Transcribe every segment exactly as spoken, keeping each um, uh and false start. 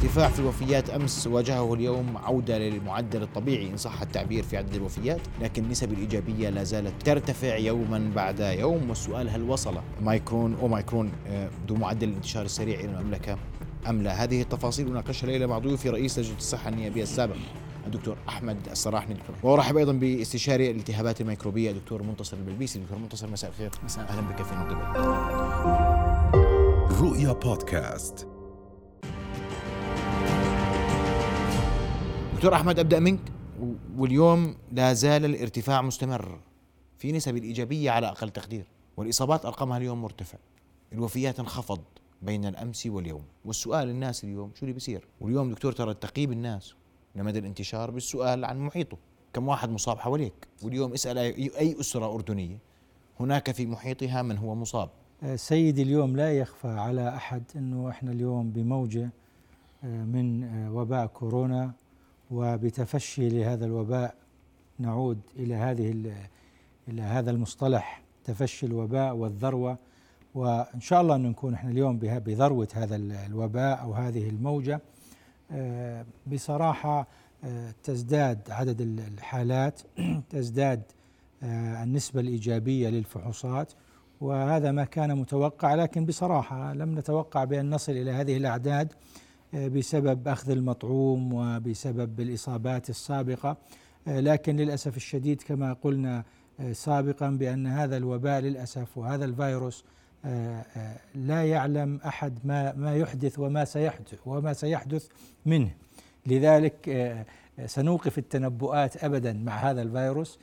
ارتفاع في الوفيات أمس واجهه اليوم عودة للمعدل الطبيعي إن صح التعبير في عدد الوفيات، لكن النسب الإيجابية لا زالت ترتفع يوما بعد يوم. والسؤال هل وصل مايكرون أوميكرون ذو معدل الانتشار السريع إلى المملكة أم لا؟ هذه التفاصيل وناقشها الليلة مع ضيوفي رئيس لجنة الصحة النيابية السابق الدكتور أحمد الصراحني، وأرحب أيضا باستشاري الالتهابات الميكروبية الدكتور منتصر البلبيسي. دكتور منتصر مساء الخير. مساء. أهلا بك في نقطة رؤيا بودكاست. دكتور أحمد، أبدأ منك. واليوم لا زال الارتفاع مستمر في نسب الإيجابية على أقل تقدير، والإصابات أرقامها اليوم مرتفع، الوفيات انخفض بين الأمس واليوم. والسؤال الناس اليوم شو اللي بيصير؟ واليوم دكتور ترى تقييم الناس لمدى الانتشار بالسؤال عن محيطه، كم واحد مصاب حواليك؟ واليوم اسأل أي أسرة أردنية هناك في محيطها من هو مصاب. سيدي، اليوم لا يخفى على أحد أنه إحنا اليوم بموجة من وباء كورونا، وبتفشي لهذا الوباء نعود إلى هذه إلى هذا المصطلح تفشي الوباء والذروة، وإن شاء الله أن نكون إحنا اليوم بذروة هذا الوباء أو هذه الموجة. بصراحة تزداد عدد الحالات، تزداد النسبة الإيجابية للفحوصات، وهذا ما كان متوقع، لكن بصراحة لم نتوقع بأن نصل إلى هذه الأعداد بسبب أخذ المطعوم وبسبب الإصابات السابقة. لكن للأسف الشديد كما قلنا سابقا بأن هذا الوباء للأسف وهذا الفيروس لا يعلم أحد ما ما يحدث وما سيحدث وما سيحدث منه، لذلك سنوقف التنبؤات أبدا مع هذا الفيروس.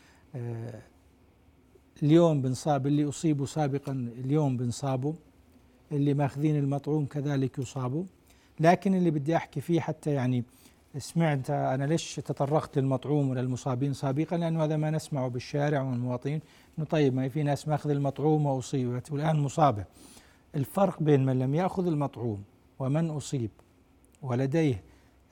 اليوم بنصاب اللي أصيبوا سابقا، اليوم بنصابوا اللي ماخذين المطعوم كذلك يصابوا. لكن اللي بدي أحكي فيه حتى يعني سمعت أنا ليش تطرقت للمطعوم وللمصابين سابقا، لأنه هذا ما نسمعه بالشارع ومن المواطنين إنه طيب ما في ناس ماخذ المطعوم وأصيبت والآن مصابة. الفرق بين من لم يأخذ المطعوم ومن أصيب ولديه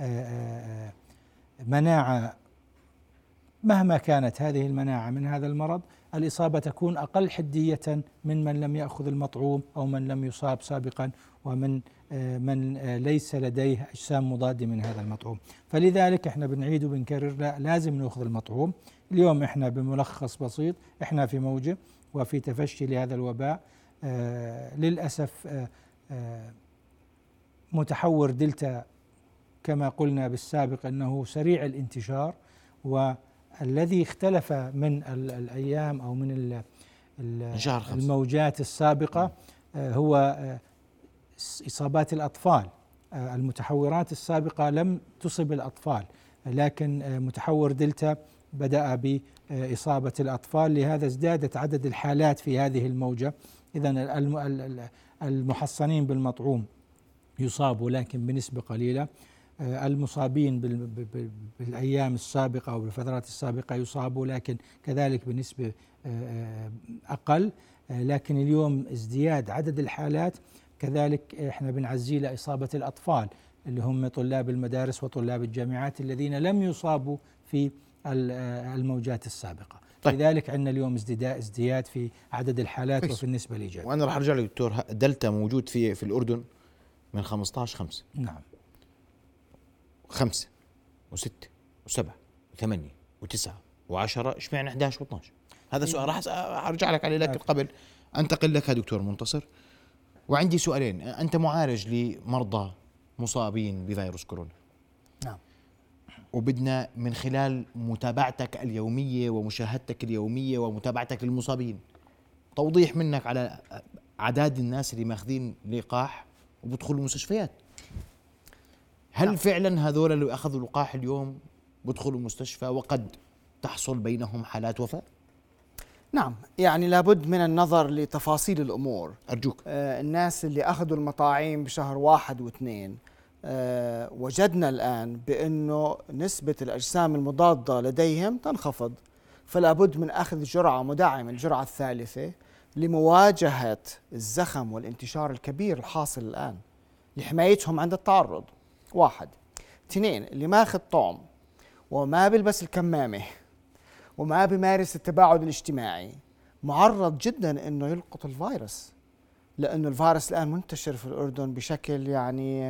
مناعة مهما كانت هذه المناعة من هذا المرض، الإصابة تكون أقل حدية من من لم يأخذ المطعوم أو من لم يصاب سابقا ومن من ليس لديه أجسام مضادة من هذا المطعوم. فلذلك احنا بنعيد وبنكرر لا لازم نأخذ المطعوم. اليوم احنا بملخص بسيط احنا في موجة وفي تفشي لهذا الوباء. آه للأسف آه آه متحور دلتا كما قلنا بالسابق أنه سريع الانتشار، والذي اختلف من الأيام أو من الموجات السابقة هو إصابات الأطفال. المتحورات السابقة لم تصب الأطفال، لكن متحور دلتا بدأ بإصابة الأطفال، لهذا ازدادت عدد الحالات في هذه الموجة. إذن المحصنين بالمطعوم يصابوا لكن بنسبة قليلة، المصابين بالأيام السابقة أو بالفترات السابقة يصابوا لكن كذلك بنسبة أقل. لكن اليوم ازدياد عدد الحالات، كذلك احنا بنعزي لإصابة الأطفال اللي هم طلاب المدارس وطلاب الجامعات الذين لم يصابوا في الموجات السابقة. طيب. لذلك عندنا اليوم ازدياد ازدياد في عدد الحالات بس. وفي النسبة الإيجابية. وأنا راح أرجع لك دكتور، دلتا موجود في في الأردن من خمسة عشر خمسة. نعم. خمسة وستة وسبعة وثمانية وتسعة وعشرة، اشمعنى أحد عشر واثناشر؟ هذا سؤال راح أرجع لك عليه، لكن قبل أنتقل لك دكتور منتصر. وعندي سؤالين. أنت معالج لمرضى مصابين بفيروس كورونا. نعم. وبدنا من خلال متابعتك اليومية ومشاهدتك اليومية ومتابعتك للمصابين توضيح منك على أعداد الناس اللي ماخذين لقاح وبدخلوا المستشفيات. هل نعم. فعلا هذول اللي أخذوا لقاح اليوم بدخلوا المستشفى وقد تحصل بينهم حالات وفاة؟ نعم، يعني لابد من النظر لتفاصيل الأمور. أرجوك. آه الناس اللي أخذوا المطاعيم بشهر واحد واثنين، آه وجدنا الآن بأنه نسبة الأجسام المضادة لديهم تنخفض، فلابد من أخذ جرعة مدعمة، الجرعة الثالثة، لمواجهة الزخم والانتشار الكبير الحاصل الآن لحمايتهم عند التعرض. واحد. اثنين، اللي ماخذ طعم وما بيلبس الكمامة وما بيمارس التباعد الاجتماعي معرض جدا انه يلقط الفيروس، لانه الفيروس الان منتشر في الاردن بشكل يعني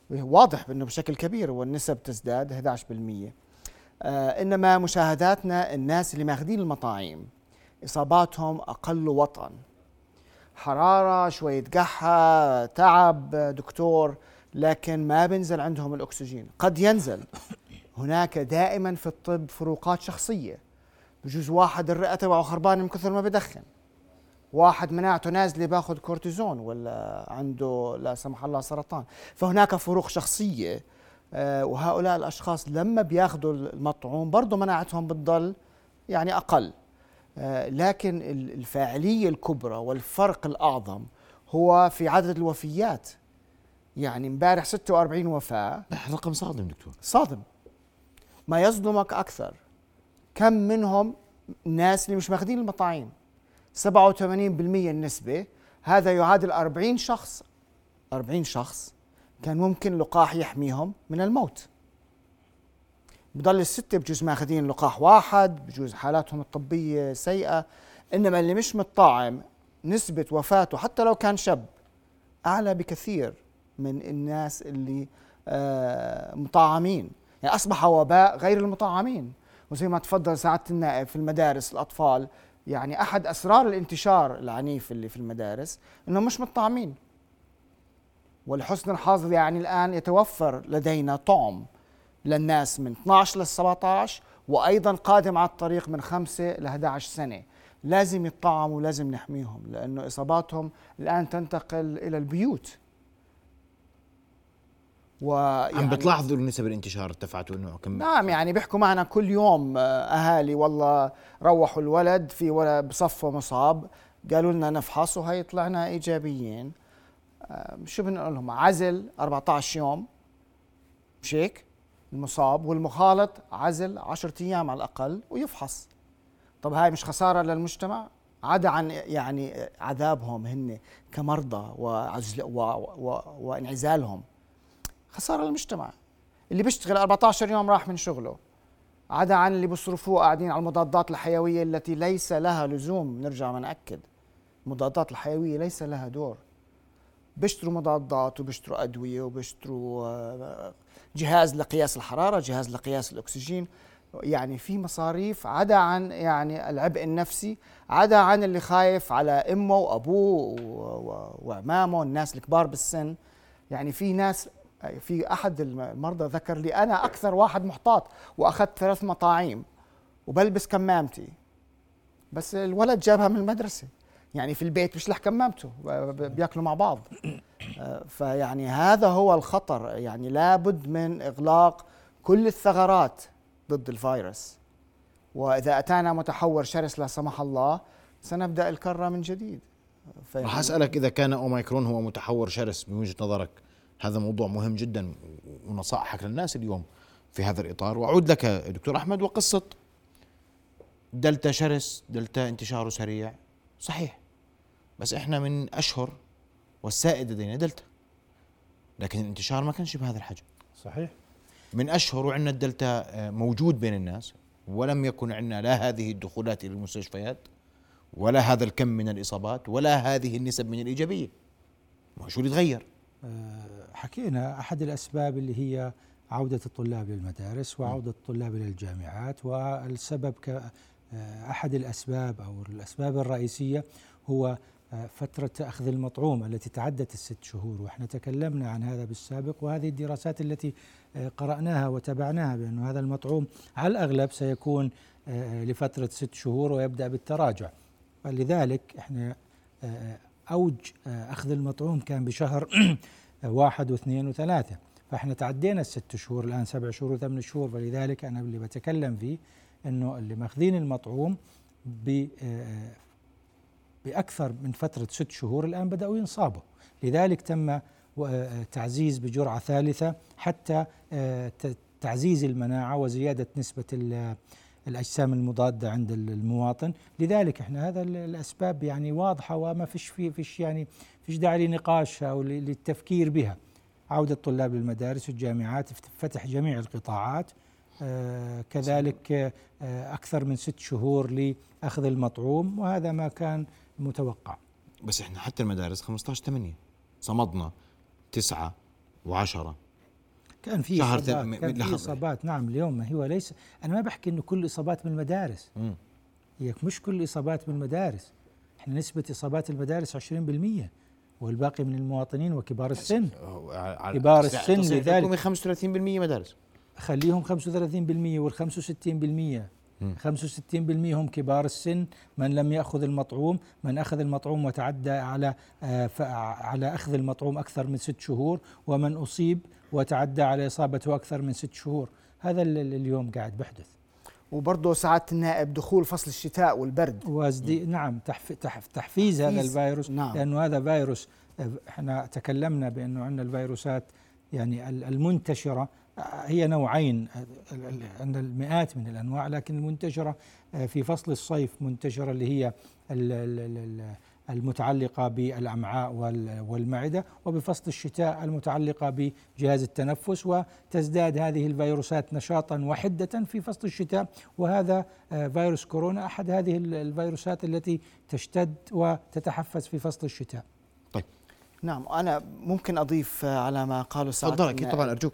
واضح بأنه بشكل كبير والنسب تزداد إحدى عشر بالمئة. آه إنما مشاهداتنا الناس اللي ماخذين المطاعيم إصاباتهم أقل وطئا، حرارة، شوية قحة، تعب دكتور، لكن ما بينزل عندهم الأكسجين. قد ينزل، هناك دائما في الطب فروقات شخصية. بجوز واحد الرئة تبعه خربانة من كثر ما بدخن، واحد مناعته نازلة باخذ كورتيزون، ولا عنده لا سمح الله سرطان. فهناك فروق شخصية، آه وهؤلاء الأشخاص لما بياخذوا المطعوم برضو مناعتهم بتضل يعني أقل. آه لكن الفاعلية الكبرى والفرق الأعظم هو في عدد الوفيات. يعني امبارح ستة وأربعين وفاة، رقم صادم دكتور، صادم. ما يصدمك أكثر كم منهم الناس اللي مش ماخذين المطاعيم، سبعة وثمانين بالمئة النسبة. هذا يعادل أربعين شخص، أربعين شخص كان ممكن لقاح يحميهم من الموت. بضل الستة بجوز ماخذين لقاح واحد، بجوز حالاتهم الطبية سيئة. إنما اللي مش متطعم نسبة وفاته حتى لو كان شاب أعلى بكثير من الناس اللي آه مطعمين. يعني أصبح وباء غير المطعمين. وزي ما تفضل سعادة النائب في المدارس الأطفال، يعني أحد أسرار الانتشار العنيف اللي في المدارس إنهم مش مطعمين. ولحسن الحظ يعني الآن يتوفر لدينا طعم للناس من اثني عشر ل سبعة عشر، وأيضا قادم على الطريق من خمسة ل إحدى عشر سنة. لازم يطعموا ولازم نحميهم، لأنه إصاباتهم الآن تنتقل إلى البيوت. ويعني عم بتلاحظوا نسب الانتشار ارتفعت انه كم؟ نعم، يعني بيحكوا معنا كل يوم اهالي والله روحوا الولد في ولد بصفه مصاب، قالوا لنا نفحص وهي طلعنا ايجابيين. شو بنقول لهم؟ عزل أربعة عشر يوم، مش هيك؟ المصاب والمخالط عزل عشرة ايام على الاقل ويفحص. طب هاي مش خساره للمجتمع؟ عدا عن يعني عذابهم هن كمرضى وعزل و و وانعزالهم، خسارة للمجتمع. اللي بيشتغل أربعة عشر يوم راح من شغله، عدا عن اللي بيصرفوه قاعدين على المضادات الحيوية التي ليس لها لزوم. نرجع ونأكد، المضادات الحيوية ليس لها دور. بيشتروا مضادات وبيشتروا أدوية وبيشتروا جهاز لقياس الحرارة، جهاز لقياس الأكسجين. يعني في مصاريف، عدا عن يعني العبء النفسي، عدا عن اللي خايف على أمه وأبوه وعمامه، الناس الكبار بالسن. يعني في ناس، في أحد المرضى ذكر لي أنا أكثر واحد محتاط وأخذت ثلاث مطاعيم وبلبس كمامتي، بس الولد جابها من المدرسة، يعني في البيت بيشلح كمامته بياكلوا مع بعض. فيعني هذا هو الخطر. يعني لابد من إغلاق كل الثغرات ضد الفيروس، وإذا أتانا متحور شرس لا سمح الله سنبدأ الكرة من جديد. راح أسألك إذا كان أوميكرون هو متحور شرس من وجهة نظرك، هذا موضوع مهم جدا ونصائحك للناس اليوم في هذا الإطار. وأعود لك دكتور أحمد، وقصة دلتا شرس، دلتا انتشاره سريع، صحيح، بس إحنا من أشهر والسائد لدينا دلتا، لكن الانتشار ما كانش بهذا الحجم. صحيح، من أشهر وعندنا الدلتا موجود بين الناس، ولم يكن عندنا لا هذه الدخولات إلى المستشفيات، ولا هذا الكم من الإصابات، ولا هذه النسب من الإيجابية. ما شو اللي تغير؟ حكينا أحد الأسباب اللي هي عودة الطلاب للمدارس وعودة الطلاب إلى الجامعات، والسبب كأحد الأسباب أو الأسباب الرئيسية هو فترة أخذ المطعوم التي تعدت الست شهور. وإحنا تكلمنا عن هذا بالسابق، وهذه الدراسات التي قرأناها وتابعناها بأن هذا المطعوم على الأغلب سيكون لفترة ست شهور ويبدأ بالتراجع. ولذلك إحنا أوج أخذ المطعوم كان بشهر واحد واثنين وثلاثة، فإحنا تعدينا الست شهور الآن سبع شهور وثمان شهور. فلذلك أنا اللي بتكلم فيه إنه اللي ماخذين المطعوم بأكثر من فترة ست شهور الآن بدأوا ينصابوا. لذلك تم تعزيز بجرعة ثالثة حتى تعزيز المناعة وزيادة نسبة الأجسام المضادة عند المواطن. لذلك احنا هذا الأسباب يعني واضحة وما فيش في فيش يعني فيش داعي لنقاش أو للتفكير بها. عودة الطلاب للمدارس والجامعات، فتح جميع القطاعات، آه كذلك آه أكثر من ست شهور لأخذ المطعوم، وهذا ما كان متوقع. بس احنا حتى المدارس خمسة عشر ثمانية صمدنا تسعة وعشرة كان في إصابات كان في إصابات نعم. اليوم ما هو ليس، أنا ما بحكي إنه كل إصابات من المدارس، م. هي مش كل إصابات من المدارس، إحنا نسبة إصابات المدارس عشرين بالمئة والباقي من المواطنين وكبار السن. كبار السن لذلك خمسة وثلاثين بالمئة مدارس، خليهم خمسة وثلاثين بالمئة والخمسة وستين بالمئة، خمسة وستين بالمئة هم كبار السن، من لم يأخذ المطعوم، من أخذ المطعوم وتعدى على على أخذ المطعوم أكثر من ست شهور، ومن أصيب وتعدى على إصابته أكثر من ست شهور. هذا اليوم قاعد بحدث. وبرضه سعادة النائب دخول فصل الشتاء والبرد وازدي نعم تحف تحف تحفيز هذا الفيروس، نعم. لأنه هذا فيروس، احنا تكلمنا بأنه عندنا الفيروسات يعني المنتشرة هي نوعين، عندنا المئات من الأنواع، لكن المنتشرة في فصل الصيف منتشرة اللي هي المتعلقة بالأمعاء والمعدة، وبفصل الشتاء المتعلقة بجهاز التنفس، وتزداد هذه الفيروسات نشاطا وحدة في فصل الشتاء. وهذا فيروس كورونا أحد هذه الفيروسات التي تشتد وتتحفز في فصل الشتاء. طيب نعم، أنا ممكن أضيف على ما قالوا سعادة تفضل. أكيد طبعا أرجوك.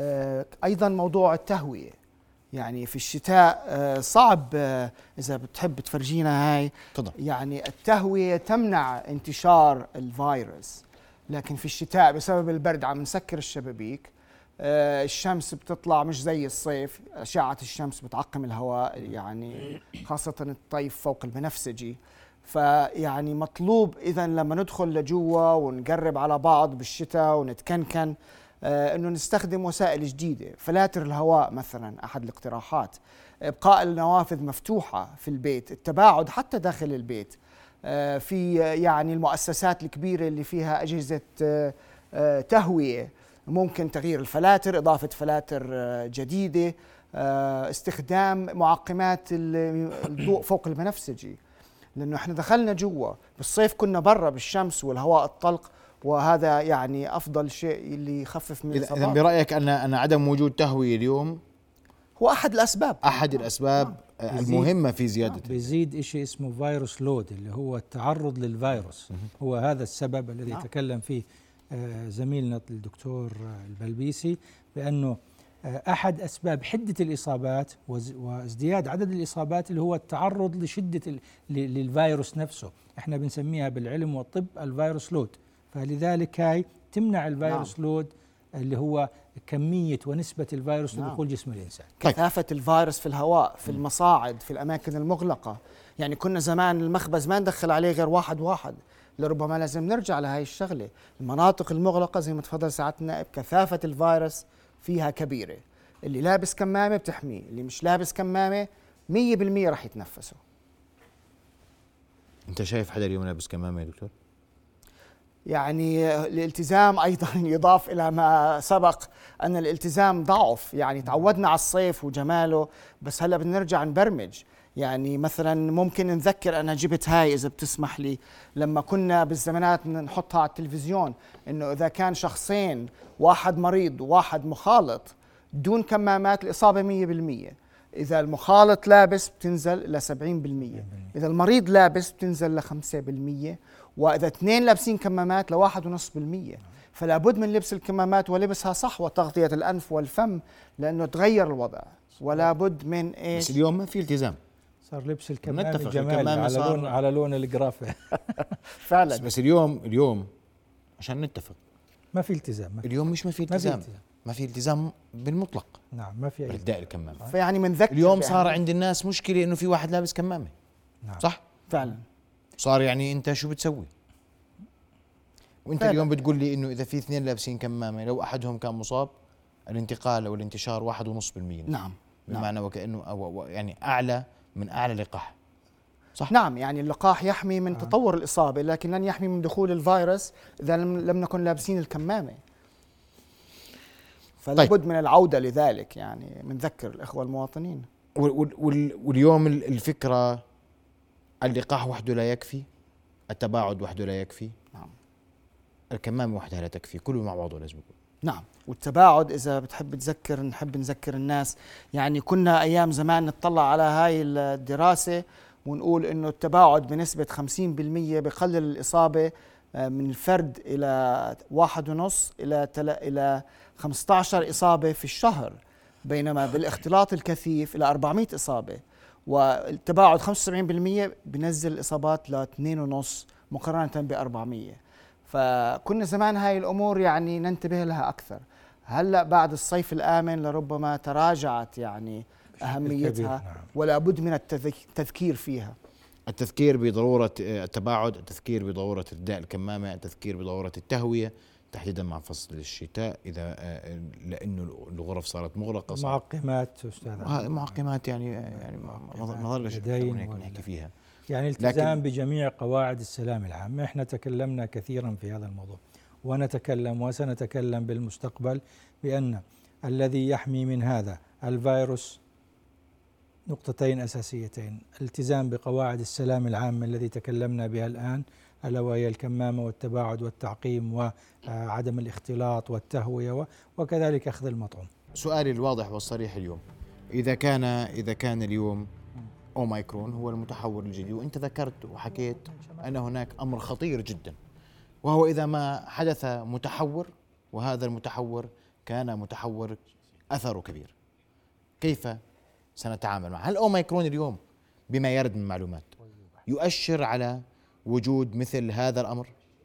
أيضا موضوع التهوية، يعني في الشتاء صعب، إذا بتحب تفرجينا هاي طبعا. يعني التهوية تمنع انتشار الفيروس، لكن في الشتاء بسبب البرد عم نسكر الشبابيك، الشمس بتطلع مش زي الصيف، أشعة الشمس بتعقم الهواء، يعني خاصة الطيف فوق البنفسجي. فيعني مطلوب إذا لما ندخل لجوا ونقرب على بعض بالشتاء ونتكنكن آه انه نستخدم وسائل جديده، فلاتر الهواء مثلا احد الاقتراحات، ابقاء النوافذ مفتوحه في البيت، التباعد حتى داخل البيت، آه في يعني المؤسسات الكبيره اللي فيها اجهزه آه آه تهويه ممكن تغيير الفلاتر، اضافه فلاتر آه جديده، آه استخدام معقمات الضوء فوق البنفسجي، لانه احنا دخلنا جوا بالصيف كنا برا بالشمس والهواء الطلق، وهذا يعني افضل شيء اللي يخفف من اذا برايك ان ان عدم وجود تهويه اليوم هو احد الاسباب احد الاسباب آه. المهمه في زياده آه. بيزيد شيء اسمه فيروس لود، اللي هو التعرض للفيروس. هو هذا السبب الذي آه. تكلم فيه آه زميلنا الدكتور البلبيسي، بانه آه احد اسباب حده الاصابات وازدياد عدد الاصابات اللي هو التعرض لشده للفيروس نفسه. احنا بنسميها بالعلم والطب الفيروس لود، فلذلك هاي تمنع الفيروس نعم. لود اللي هو كمية ونسبة الفيروس نعم. لدخول جسم الإنسان. كثافة الفيروس في الهواء، في المصاعد، في الأماكن المغلقة، يعني كنا زمان المخبز ما ندخل عليه غير واحد واحد، لربما لازم نرجع لهي الشغلة. المناطق المغلقة زي ما تفضل سعادة النائب كثافة الفيروس فيها كبيرة، اللي لابس كمامة بتحميه، اللي مش لابس كمامة مية بالمية رح يتنفسه. أنت شايف حدا اليوم لابس كمامة يا دكتور؟ يعني الالتزام أيضا يضاف إلى ما سبق أن الالتزام ضعف، يعني تعودنا على الصيف وجماله، بس هلأ بنرجع نبرمج. يعني مثلا ممكن نذكر، أنا جبت هاي إذا بتسمح لي، لما كنا بالزمانات نحطها على التلفزيون إنه إذا كان شخصين، واحد مريض وواحد مخالط دون كمامات، الإصابة مية بالمية. إذا المخالط لابس بتنزل ل سبعين بالمية، إذا المريض لابس بتنزل ل خمسة بالمية، وإذا اثنين لابسين كمامات لواحد ونص بالمية. فلا بد من لبس الكمامات ولبسها صح وتغطية الأنف والفم، لأنه تغير الوضع، ولا بد من إيش. بس اليوم ما في التزام، صار لبس الكمامة جمال على لون على لون الجرافة فعلا. بس, بس اليوم اليوم عشان نتفق ما في التزام، ما في. اليوم مش ما في التزام، ما في التزام, ما في التزام بالمطلق. نعم ما في ارتداء الكمامة. فيعني منذكر اليوم صار عند الناس مشكلة إنه في واحد لابس كمامة. نعم. صح فعلا. صار يعني أنت شو بتسوي؟ وانت فعلا. اليوم بتقول لي انه اذا في اثنين لابسين كمامه لو احدهم كان مصاب الانتقال او الانتشار واحد ونص بالمية. نعم. بمعنى نعم. وكأنه أو يعني اعلى من اعلى لقاح. صح. نعم، يعني اللقاح يحمي من آه. تطور الاصابه، لكن لن يحمي من دخول الفيروس اذا لم نكن لابسين الكمامه. فلا بد طيب. من العوده لذلك، يعني بنذكر الاخوه المواطنين. وال وال واليوم الفكره اللقاح وحده لا يكفي، التباعد وحده لا يكفي. نعم. الكمامة وحدها لا تكفي، كله مع بعضه لازم يكون. نعم، والتباعد إذا بتحب تذكر، نحب نذكر الناس، يعني كنا أيام زمان نطلع على هاي الدراسة ونقول إنه التباعد بنسبة خمسين بالمية بقلل الإصابة من الفرد إلى واحد ونص إلى تل... إلى خمسة عشر إصابة في الشهر، بينما بالاختلاط الكثيف إلى أربعمئة إصابة، والتباعد خمسة وسبعين بالمئة بنزل الإصابات ل اثنين ونص مقارنة ب أربعمئة. فكنا زمان هاي الأمور يعني ننتبه لها أكثر. هلأ بعد الصيف الآمن لربما تراجعت يعني أهميتها، ولا بد من التذكير فيها. التذكير بضرورة التباعد، التذكير بضرورة ارتداء الكمامة، التذكير بضرورة التهوية تحديدا مع فصل الشتاء، إذا لأنه الغرف صارت مغلقة. معقمات أستاذ، معقمات يعني يعني مظلة نحكي فيها، يعني التزام بجميع قواعد السلامة العامة. احنا تكلمنا كثيرا في هذا الموضوع، ونتكلم وسنتكلم بالمستقبل بأن الذي يحمي من هذا الفيروس نقطتين أساسيتين: الالتزام بقواعد السلام العامة الذي تكلمنا بها الآن، ألا وهي الكمامة والتباعد والتعقيم وعدم الاختلاط والتهوية، وكذلك أخذ المطعوم. سؤالي الواضح والصريح اليوم، إذا كان إذا كان اليوم أوميكرون هو المتحور الجديد، وأنت ذكرت وحكيت أن هناك أمر خطير جدا، وهو إذا ما حدث متحور وهذا المتحور كان متحور أثره كبير، كيف سنتعامل معه؟ هل أوميكرون اليوم بما يرد من معلومات يؤشر على وجود مثل هذا الأمر؟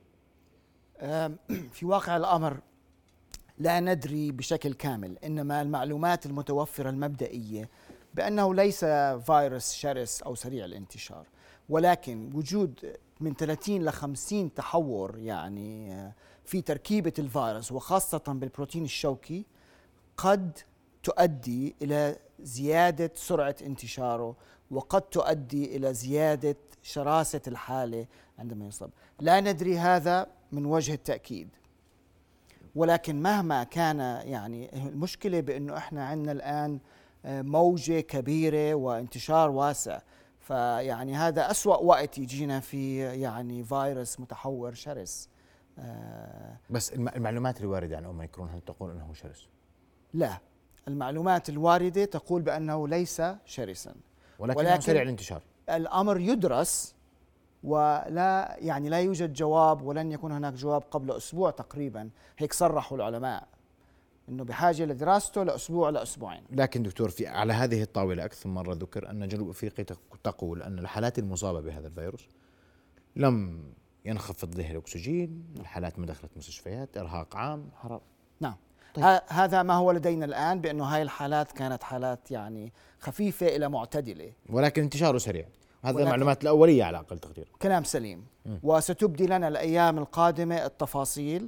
في واقع الأمر لا ندري بشكل كامل، إنما المعلومات المتوفرة المبدئية بأنه ليس فيروس شرس أو سريع الانتشار، ولكن وجود من ثلاثين لخمسين تحور يعني في تركيبة الفيروس وخاصة بالبروتين الشوكي قد تؤدي إلى زيادة سرعة انتشاره، وقد تؤدي إلى زيادة شراسة الحالة عندما يصاب. لا ندري هذا من وجه التأكيد، ولكن مهما كان يعني المشكلة بأنه إحنا عندنا الآن موجة كبيرة وانتشار واسع، فيعني هذا أسوأ وقت يجينا في يعني فيروس متحور شرس. بس المعلومات الواردة عن أوميكرون هل تقول أنه شرس؟ لا، المعلومات الواردة تقول بأنه ليس شرسا، ولكن, ولكن سريع الانتشار. الأمر يدرس، ولا يعني لا يوجد جواب، ولن يكون هناك جواب قبل أسبوع تقريبا، هيك صرحوا العلماء إنه بحاجة لدراسته لأسبوع لأسبوعين. لكن دكتور، في على هذه الطاولة أكثر مرة ذكر أن جنوب أفريقيا تقول أن الحالات المصابة بهذا الفيروس لم ينخفض لها الأكسجين، الحالات ما دخلت مستشفيات، إرهاق عام، حرارة. نعم. طيب. هذا ما هو لدينا الآن، بأنه هاي الحالات كانت حالات يعني خفيفة إلى معتدلة، ولكن انتشاره سريع. هذا المعلومات الأولية على أقل تقدير. كلام سليم. م. وستبدي لنا الأيام القادمة التفاصيل،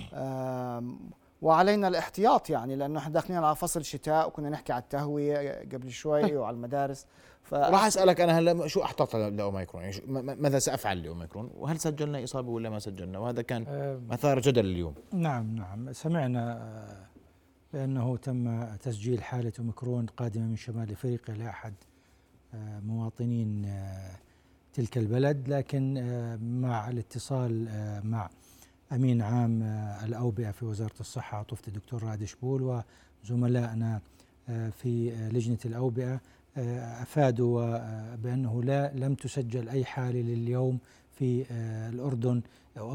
وعلينا الاحتياط يعني، لأنه احنا داخلين على فصل شتاء، وكنا نحكي على التهوية قبل شوي وعلى المدارس. راح أسألك أنا هلا شو أحتاط لأوميكرون، يعني ماذا سأفعل لأوميكرون، وهل سجلنا إصابة ولا ما سجلنا؟ وهذا كان مثار جدل اليوم. نعم نعم، سمعنا بأنه تم تسجيل حالة أوميكرون قادمة من شمال أفريقيا لأحد مواطنين تلك البلد، لكن مع الاتصال مع أمين عام الأوبئة في وزارة الصحة عطوفة الدكتور رائد شبول وزملائنا في لجنة الأوبئة أفادوا بأنه لا لم تسجل أي حالة لليوم في الأردن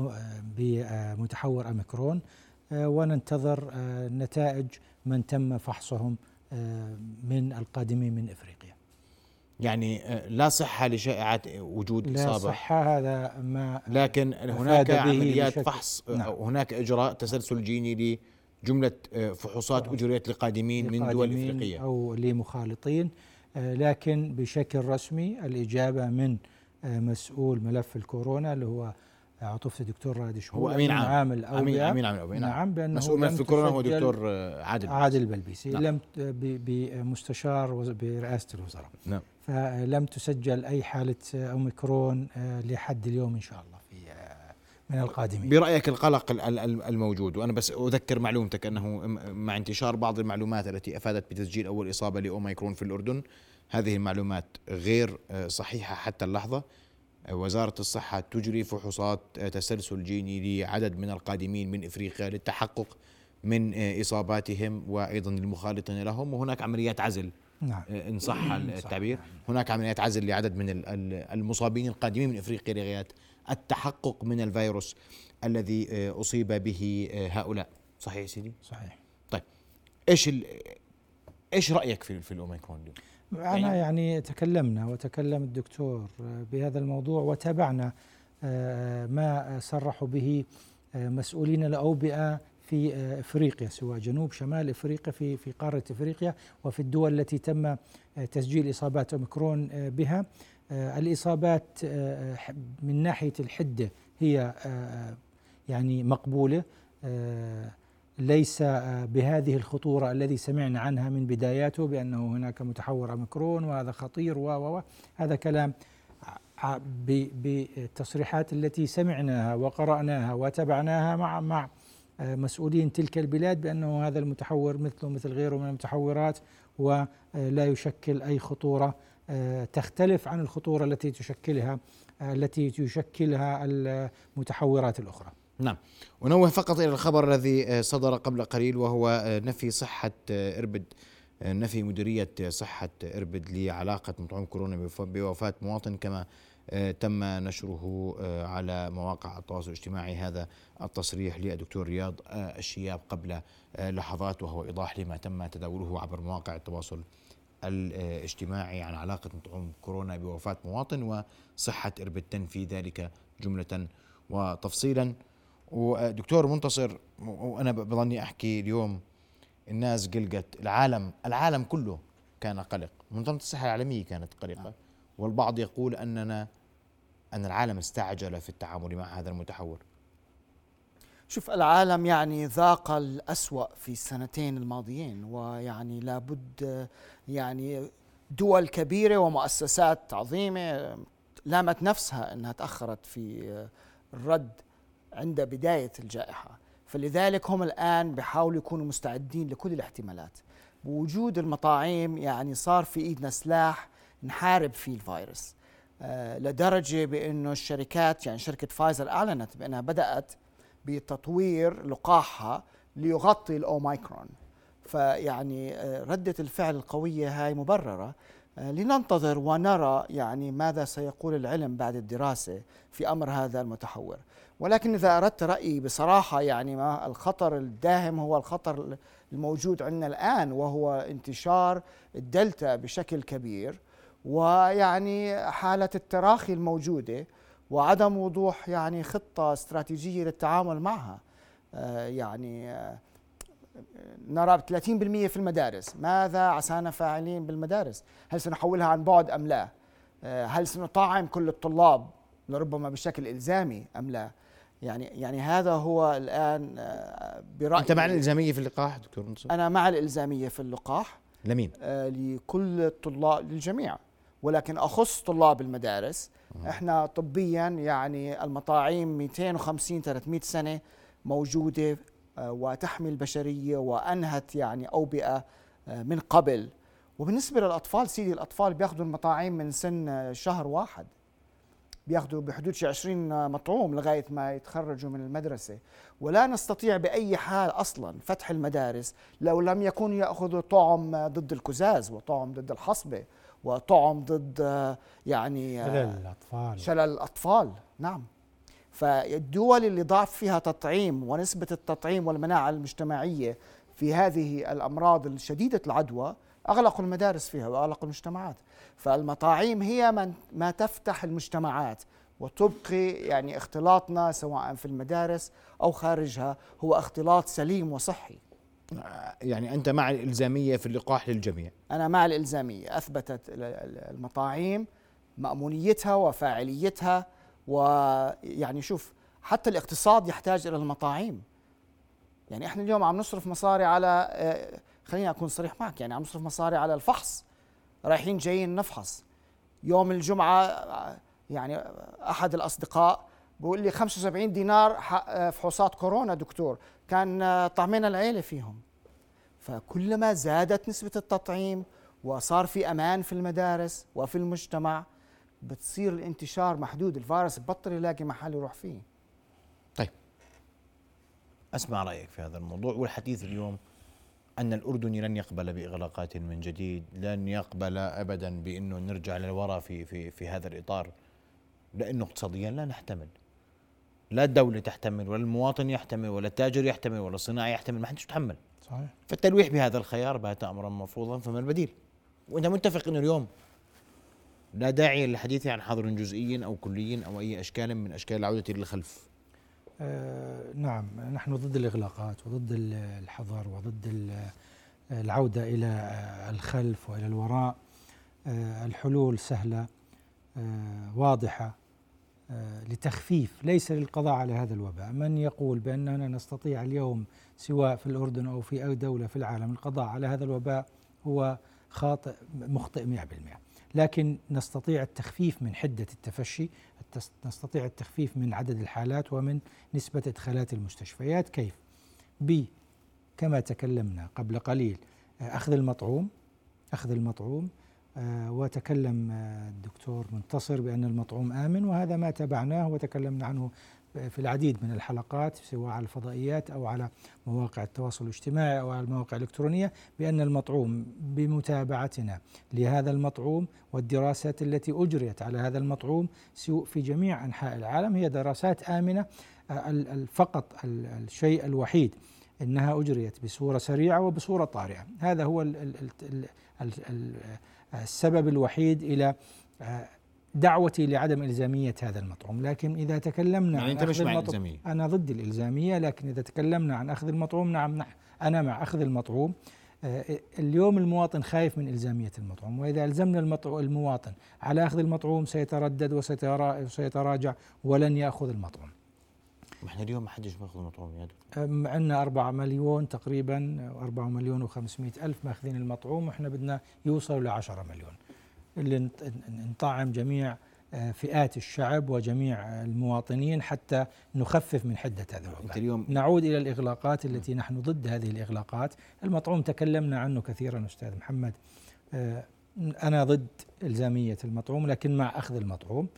بمتحور أوميكرون، وننتظر نتائج من تم فحصهم من القادمين من إفريقيا. يعني لا صحة لشائعة وجود لا إصابة، لا صحة، هذا ما لكن هناك عمليات فحص. نعم. هناك إجراء تسلسل جيني لجملة فحوصات أجريت لقادمين من دول إفريقية أو لمخالطين، لكن بشكل رسمي الإجابة من مسؤول ملف الكورونا اللي هو عطوفة الدكتور رائد شبول، هو أمين عام, عام الأوبئة. أمين عام الأوبئة. نعم، بأنه مسؤول ملف الكورونا هو دكتور عادل عادل البلبيسي. نعم. لم بمستشار برئاسة الوزراء. نعم. فلم تسجل أي حالة أوميكرون لحد اليوم إن شاء الله في من القادمين. برأيك القلق الموجود، وأنا بس أذكر معلومتك أنه مع انتشار بعض المعلومات التي أفادت بتسجيل أول إصابة لأوميكرون في الأردن، هذه المعلومات غير صحيحة حتى اللحظة. وزارة الصحة تجري فحوصات تسلسل جيني لعدد من القادمين من إفريقيا للتحقق من إصاباتهم وأيضا المخالطين لهم، وهناك عمليات عزل. نعم. إن صح التعبير، هناك عمليات عزل لعدد من المصابين القادمين من إفريقيا لغاية التحقق من الفيروس الذي أصيب به هؤلاء. صحيح سيدي؟ صحيح. ايش ال... ايش رايك في في الاوميكرون اليوم؟ أنا يعني, يعني تكلمنا وتكلم الدكتور بهذا الموضوع، وتابعنا ما صرحوا به مسؤولين الأوبئة في افريقيا، سواء جنوب شمال افريقيا، في في قاره افريقيا، وفي الدول التي تم تسجيل اصابات اوميكرون بها. الاصابات من ناحيه الحده هي يعني مقبوله، ليس بهذه الخطوره الذي سمعنا عنها من بداياته بانه هناك متحور اوميكرون وهذا خطير و هذا كلام بالتصريحات التي سمعناها وقرأناها وتابعناها مع مع مسؤولين تلك البلاد بأنه هذا المتحور مثله مثل غيره من المتحورات ولا يشكل أي خطورة تختلف عن الخطورة التي تشكلها التي تشكلها المتحورات الأخرى. نعم، ونوه فقط إلى الخبر الذي صدر قبل قليل، وهو نفي صحة إربد نفي مديرية صحة إربد لعلاقة مطعوم كورونا بوفاة مواطن، كما تم نشره على مواقع التواصل الاجتماعي هذا التصريح للدكتور رياض الشياب قبل لحظات، وهو إيضاح لما تم تداوله عبر مواقع التواصل الاجتماعي عن علاقة مطعوم كورونا بوفاة مواطن وصحة إربد تنفي ذلك جملة وتفصيلا. ودكتور منتصر، وأنا بظني أحكي اليوم الناس قلقت، العالم العالم كله كان قلق، منظمة الصحة العالمية كانت قلقة، والبعض يقول أننا أن العالم استعجل في التعامل مع هذا المتحور. شوف، العالم يعني ذاق الأسوأ في السنتين الماضيين، ويعني لابد يعني دول كبيرة ومؤسسات عظيمة لامت نفسها أنها تأخرت في الرد عند بداية الجائحة، فلذلك هم الآن بيحاولوا يكونوا مستعدين لكل الاحتمالات. بوجود المطاعيم يعني صار في إيدنا سلاح نحارب فيه الفيروس، آه لدرجة بأنه الشركات يعني شركة فايزر أعلنت بأنها بدأت بتطوير لقاحها ليغطي الأوميكرون. فيعني آه ردة الفعل القوية هاي مبررة. آه لننتظر ونرى يعني ماذا سيقول العلم بعد الدراسة في أمر هذا المتحور. ولكن إذا أردت رأيي بصراحة، يعني ما الخطر الداهم هو الخطر الموجود عندنا الآن، وهو انتشار الدلتا بشكل كبير، ويعني حالة التراخي الموجودة وعدم وضوح يعني خطة استراتيجية للتعامل معها. آه يعني آه نرى ثلاثين بالمئة في المدارس، ماذا عسانا فاعلين بالمدارس؟ هل سنحولها عن بعد أم لا؟ آه هل سنطعم كل الطلاب لربما بشكل إلزامي أم لا؟ يعني يعني هذا هو الآن برأيي. أنت مع الإلزامية في اللقاح دكتور منصور؟ أنا مع الإلزامية في اللقاح. لمين؟ آه لكل الطلاب، للجميع، ولكن أخص طلاب المدارس. مم. إحنا طبيا يعني المطاعيم مئتين وخمسين ثلاثمئة سنة موجودة آه وتحمي البشرية وأنهت يعني أوبئة آه من قبل. وبالنسبة للأطفال سيدي، الأطفال بياخذوا المطاعيم من سن شهر واحد، بياخذوا بحدود شي عشرين مطعوم لغاية ما يتخرجوا من المدرسة. ولا نستطيع بأي حال أصلا فتح المدارس لو لم يكونوا يأخذوا طعم ضد الكزاز وطعم ضد الحصبة وطعم ضد يعني شلل الأطفال شلل الأطفال. نعم، فالدول اللي ضعف فيها تطعيم ونسبة التطعيم والمناعة المجتمعية في هذه الأمراض الشديدة العدوى أغلقوا المدارس فيها وأغلقوا المجتمعات. فالمطاعيم هي من ما تفتح المجتمعات وتبقي يعني اختلاطنا سواء في المدارس أو خارجها هو اختلاط سليم وصحي. يعني أنت مع الإلزامية في اللقاح للجميع؟ أنا مع الإلزامية. أثبتت المطاعيم مأمونيتها وفاعليتها، ويعني شوف حتى الاقتصاد يحتاج إلى المطاعيم. يعني احنا اليوم عم نصرف مصاري على، خليني أكون صريح معك، يعني عم نصرف مصاري على الفحص، رايحين جايين نفحص. يوم الجمعة يعني أحد الأصدقاء بقول لي خمسة وسبعين دينار فحوصات كورونا دكتور، كان طعمنا العيلة فيهم. فكلما زادت نسبة التطعيم وصار في أمان في المدارس وفي المجتمع بتصير الانتشار محدود، الفيروس بطل يلاقي محل يروح فيه. طيب، أسمع رأيك في هذا الموضوع. والحديث اليوم أن الأردن لن يقبل بإغلاقات من جديد، لن يقبل أبدا بأنه نرجع للوراء في في في هذا الإطار، لأنه اقتصاديا لا نحتمل، لا الدولة تحتمل ولا المواطن يحتمل ولا التاجر يحتمل ولا الصناعي يحتمل، ما حدش يتحمل. صحيح. فالتلويح بهذا الخيار بات أمرا مرفوضا، فما البديل؟ وأنت متفق أنه اليوم لا داعي للحديث عن حظر جزئي أو كلي أو أي أشكال من أشكال العودة للخلف. آه نعم، نحن ضد الإغلاقات وضد الحظر وضد العودة إلى الخلف وإلى الوراء. آه الحلول سهلة، آه واضحة، آه لتخفيف ليس للقضاء على هذا الوباء. من يقول بأننا نستطيع اليوم سواء في الأردن أو في أي دولة في العالم القضاء على هذا الوباء هو خاطئ، مخطئ مئة بالمئة. لكن نستطيع التخفيف من حدة التفشي، نستطيع التخفيف من عدد الحالات ومن نسبة إدخالات المستشفيات. كيف؟ ب كما تكلمنا قبل قليل أخذ المطعوم، أخذ المطعوم آه وتكلم آه الدكتور منتصر بأن المطعوم آمن، وهذا ما تبعناه وتكلمنا عنه في العديد من الحلقات سواء على الفضائيات أو على مواقع التواصل الاجتماعي أو على المواقع الإلكترونية، بأن المطعوم بمتابعتنا لهذا المطعوم والدراسات التي أجريت على هذا المطعوم في جميع أنحاء العالم هي دراسات آمنة. فقط الشيء الوحيد أنها أجريت بصورة سريعة وبصورة طارئة. هذا هو السبب الوحيد إلى دعوتي لعدم إلزامية هذا المطعوم. لكن إذا تكلمنا يعني عن أنت مش مع المطعوم، الإلزامية؟ أنا ضد الإلزامية، لكن إذا تكلمنا عن أخذ المطعوم نعم أنا مع أخذ المطعوم. اليوم المواطن خايف من إلزامية المطعوم، وإذا ألزمنا المواطن على أخذ المطعوم سيتردد وسيتراجع ولن يأخذ المطعوم. احنا اليوم ما حدش بياخذ المطعوم يا دكتور. عندنا أربعة مليون تقريبا، أربعة مليون وخمسمائة ألف ماخذين المطعوم، وإحنا بدنا يوصلوا لعشرة مليون اللي نطعم جميع فئات الشعب وجميع المواطنين حتى نخفف من حدة هذا الوباء. اليوم نعود إلى الإغلاقات التي نحن ضد هذه الإغلاقات. المطعوم تكلمنا عنه كثيرا أستاذ محمد، أنا ضد إلزامية المطعوم لكن مع أخذ المطعوم.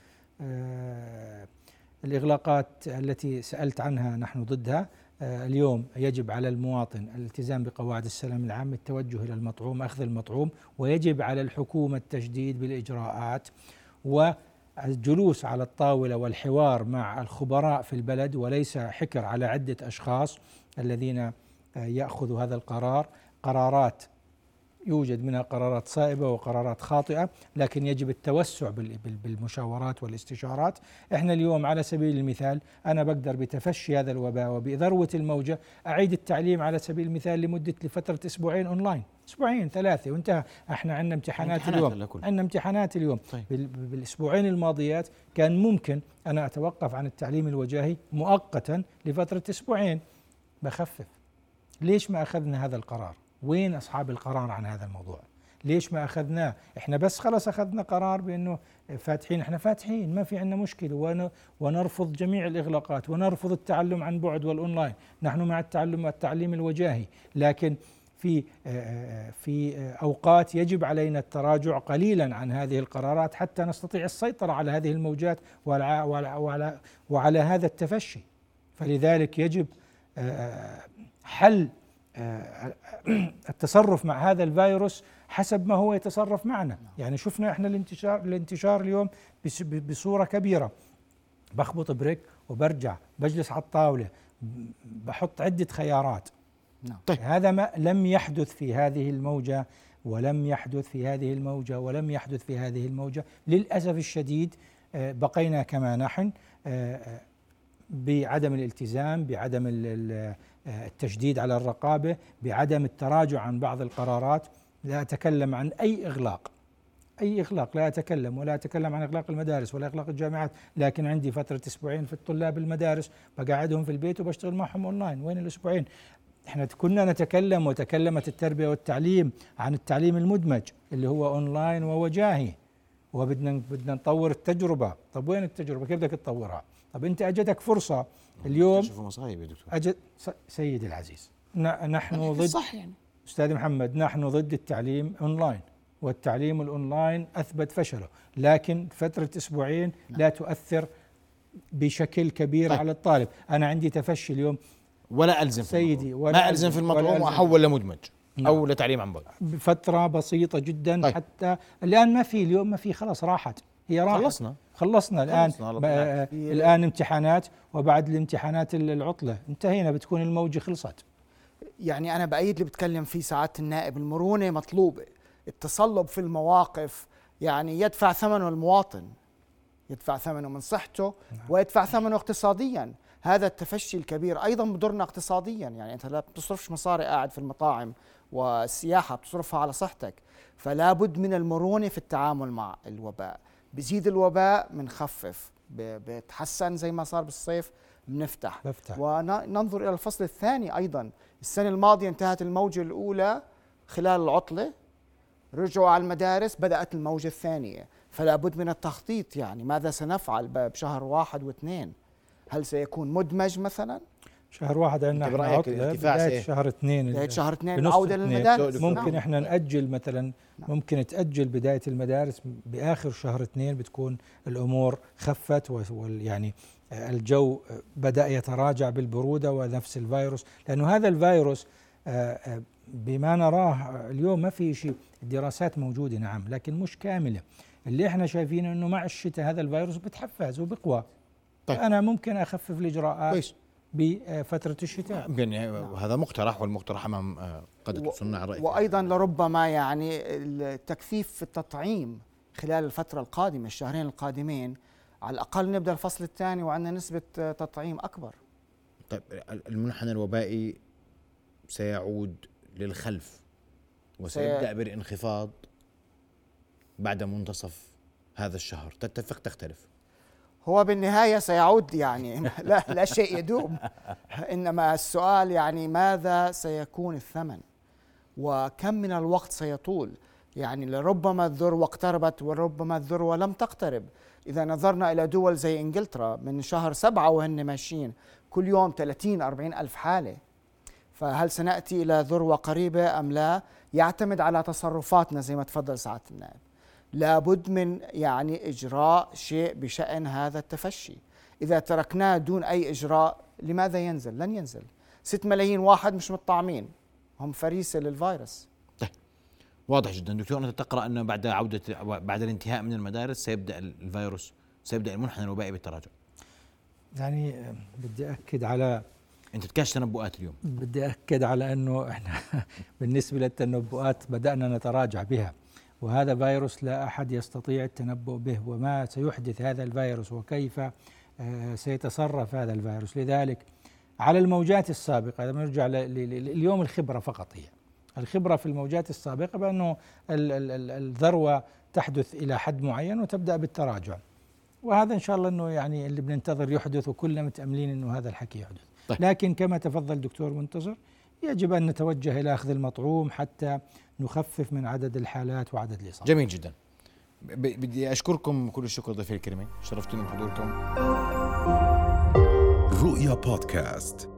الإغلاقات التي سألت عنها نحن ضدها. اليوم يجب على المواطن الالتزام بقواعد السلام العام، التوجه إلى المطعوم، أخذ المطعوم، ويجب على الحكومة التجديد بالإجراءات والجلوس على الطاولة والحوار مع الخبراء في البلد، وليس حكر على عدة أشخاص الذين يأخذوا هذا القرار. قرارات يوجد منها قرارات صائبة وقرارات خاطئة، لكن يجب التوسع بالمشاورات والاستشارات. احنا اليوم على سبيل المثال أنا بقدر بتفشي هذا الوباء وبذروة الموجة أعيد التعليم على سبيل المثال لمدة لفترة أسبوعين أونلاين، أسبوعين ثلاثة وانتهى. احنا عندنا امتحانات اليوم، عندنا امتحانات اليوم. طيب. بالأسبوعين الماضيات كان ممكن أنا أتوقف عن التعليم الوجاهي مؤقتا لفترة أسبوعين، بخفف. ليش ما أخذنا هذا القرار؟ وين أصحاب القرار عن هذا الموضوع؟ ليش ما أخذناه؟ إحنا بس خلص أخذنا قرار بأنه فاتحين، إحنا فاتحين ما في عندنا مشكلة، ونرفض جميع الإغلاقات ونرفض التعلم عن بعد والأونلاين. نحن مع التعلم والتعليم الوجاهي، لكن في في أوقات يجب علينا التراجع قليلا عن هذه القرارات حتى نستطيع السيطرة على هذه الموجات وعلى, وعلى, وعلى هذا التفشي. فلذلك يجب حل التصرف مع هذا الفيروس حسب ما هو يتصرف معنا. يعني شفنا احنا الانتشار الانتشار اليوم بصورة كبيرة، بخبط بريك وبرجع بجلس على الطاولة بحط عدة خيارات. طيب. هذا ما لم يحدث في هذه الموجة ولم يحدث في هذه الموجة ولم يحدث في هذه الموجة للأسف الشديد. بقينا كما نحن بعدم الالتزام، بعدم التشديد على الرقابة، بعدم التراجع عن بعض القرارات. لا أتكلم عن أي إغلاق، أي إغلاق لا أتكلم، ولا أتكلم عن إغلاق المدارس ولا إغلاق الجامعات، لكن عندي فترة أسبوعين في الطلاب المدارس بقعدهم في البيت وبشتغل معهم أونلاين. وين الأسبوعين؟ إحنا كنا نتكلم وتكلمت التربية والتعليم عن التعليم المدمج اللي هو أونلاين ووجاهي، وبدنا بدنا نطور التجربة. طب وين التجربة؟ كيف بدك تطورها؟ طب أنت أجتك فرصة اليوم، شوفوا مصايب يا دكتور. أجد سيدي العزيز، نحن ضد صح يعني أستاذ محمد، نحن ضد التعليم أونلاين، والتعليم الأونلاين أثبت فشله، لكن فترة أسبوعين لا تؤثر بشكل كبير طيب. على الطالب. أنا عندي تفشي اليوم ولا ألزم سيدي، ولا ما ألزم في المطعوم وأحول لمدمج أو لتعليم عن بعد بفترة بسيطة جدا. طيب. حتى الآن ما في، اليوم ما في، خلاص راحت، هي راحت، خلصنا خلصنا الآن. خلصنا الآن امتحانات، وبعد الامتحانات العطلة انتهينا، بتكون الموجة خلصت. يعني أنا بأيد اللي بتكلم فيه سعادة النائب، المرونة مطلوبة، التصلب في المواقف يعني يدفع ثمنه المواطن، يدفع ثمنه من صحته ويدفع ثمنه اقتصاديا. هذا التفشي الكبير أيضا بضرنا اقتصاديا، يعني أنت لا بتصرفش مصاري قاعد في المطاعم والسياحة، بتصرفها على صحتك. فلا بد من المرونة في التعامل مع الوباء. بزيد الوباء منخفف، بتحسن زي ما صار بالصيف بنفتح بفتح. وننظر إلى الفصل الثاني أيضا. السنة الماضية انتهت الموجة الأولى خلال العطلة، رجعوا على المدارس بدأت الموجة الثانية، فلا بد من التخطيط. يعني ماذا سنفعل بشهر واحد واثنين؟ هل سيكون مدمج مثلا؟ شهر واحد عندنا احنا عطلة، بداية شهر اثنين بداية شهر اثنين العودة للمدارس. ممكن نعم. احنا نأجل مثلا نعم. ممكن تأجل بداية المدارس بآخر شهر اثنين، بتكون الأمور خفت ويعني الجو بدأ يتراجع بالبرودة ونفس الفيروس، لأنه هذا الفيروس بما نراه اليوم ما في شيء، الدراسات موجودة نعم لكن مش كاملة. اللي احنا شايفينه انه مع الشتاء هذا الفيروس بتحفز وبقوى. طيب. أنا ممكن أخفف الإجراءات كويس بفترة الشتاء. يعني هذا مقترح، والمقترح أمام قادة صناع الرأي. وأيضا لربما يعني التكثيف في التطعيم خلال الفترة القادمة، الشهرين القادمين على الأقل نبدأ الفصل الثاني وعندنا نسبة تطعيم أكبر. طيب المنحنى الوبائي سيعود للخلف وسيبدأ سي... بالانخفاض بعد منتصف هذا الشهر، تتفق تختلف؟ هو بالنهاية سيعود، يعني لا, لا شيء يدوم. إنما السؤال يعني ماذا سيكون الثمن وكم من الوقت سيطول. يعني لربما الذروة اقتربت وربما الذروة لم تقترب. إذا نظرنا إلى دول زي إنجلترا من شهر سبعة وهن ماشيين كل يوم ثلاثين أربعين ألف حالة، فهل سنأتي إلى ذروة قريبة أم لا؟ يعتمد على تصرفاتنا زي ما تفضل سعادة النائب. لابد من يعني إجراء شيء بشأن هذا التفشي. إذا تركناه دون أي إجراء لماذا ينزل؟ لن ينزل. ستة ملايين واحد مش متطعمين، هم فريسة للفيروس. طيب واضح جدا دكتور، أنت تقرأ أنه بعد عودة بعد الانتهاء من المدارس سيبدأ الفيروس، سيبدأ المنحنى الوبائي بالتراجع. يعني بدي أكد على، أنت تكاش تنبؤات اليوم، بدي أكد على أنه إحنا بالنسبة للتنبؤات بدأنا نتراجع بها، وهذا فيروس لا أحد يستطيع التنبؤ به وما سيحدث هذا الفيروس وكيف سيتصرف هذا الفيروس. لذلك على الموجات السابقة لما نرجع اليوم الخبرة فقط، هي الخبرة في الموجات السابقة بأنه الذروة تحدث إلى حد معين وتبدأ بالتراجع، وهذا إن شاء الله أنه يعني اللي بننتظر يحدث، وكلنا متأملين أنه هذا الحكي يحدث. طيب. لكن كما تفضل دكتور منتصر يجب أن نتوجه إلى أخذ المطعوم حتى نخفف من عدد الحالات وعدد الإصابات. جميل جدا. بدي أشكركم كل الشكر ضيفي الكريمين، شرفتوني بحضوركم. رؤيا بودكاست.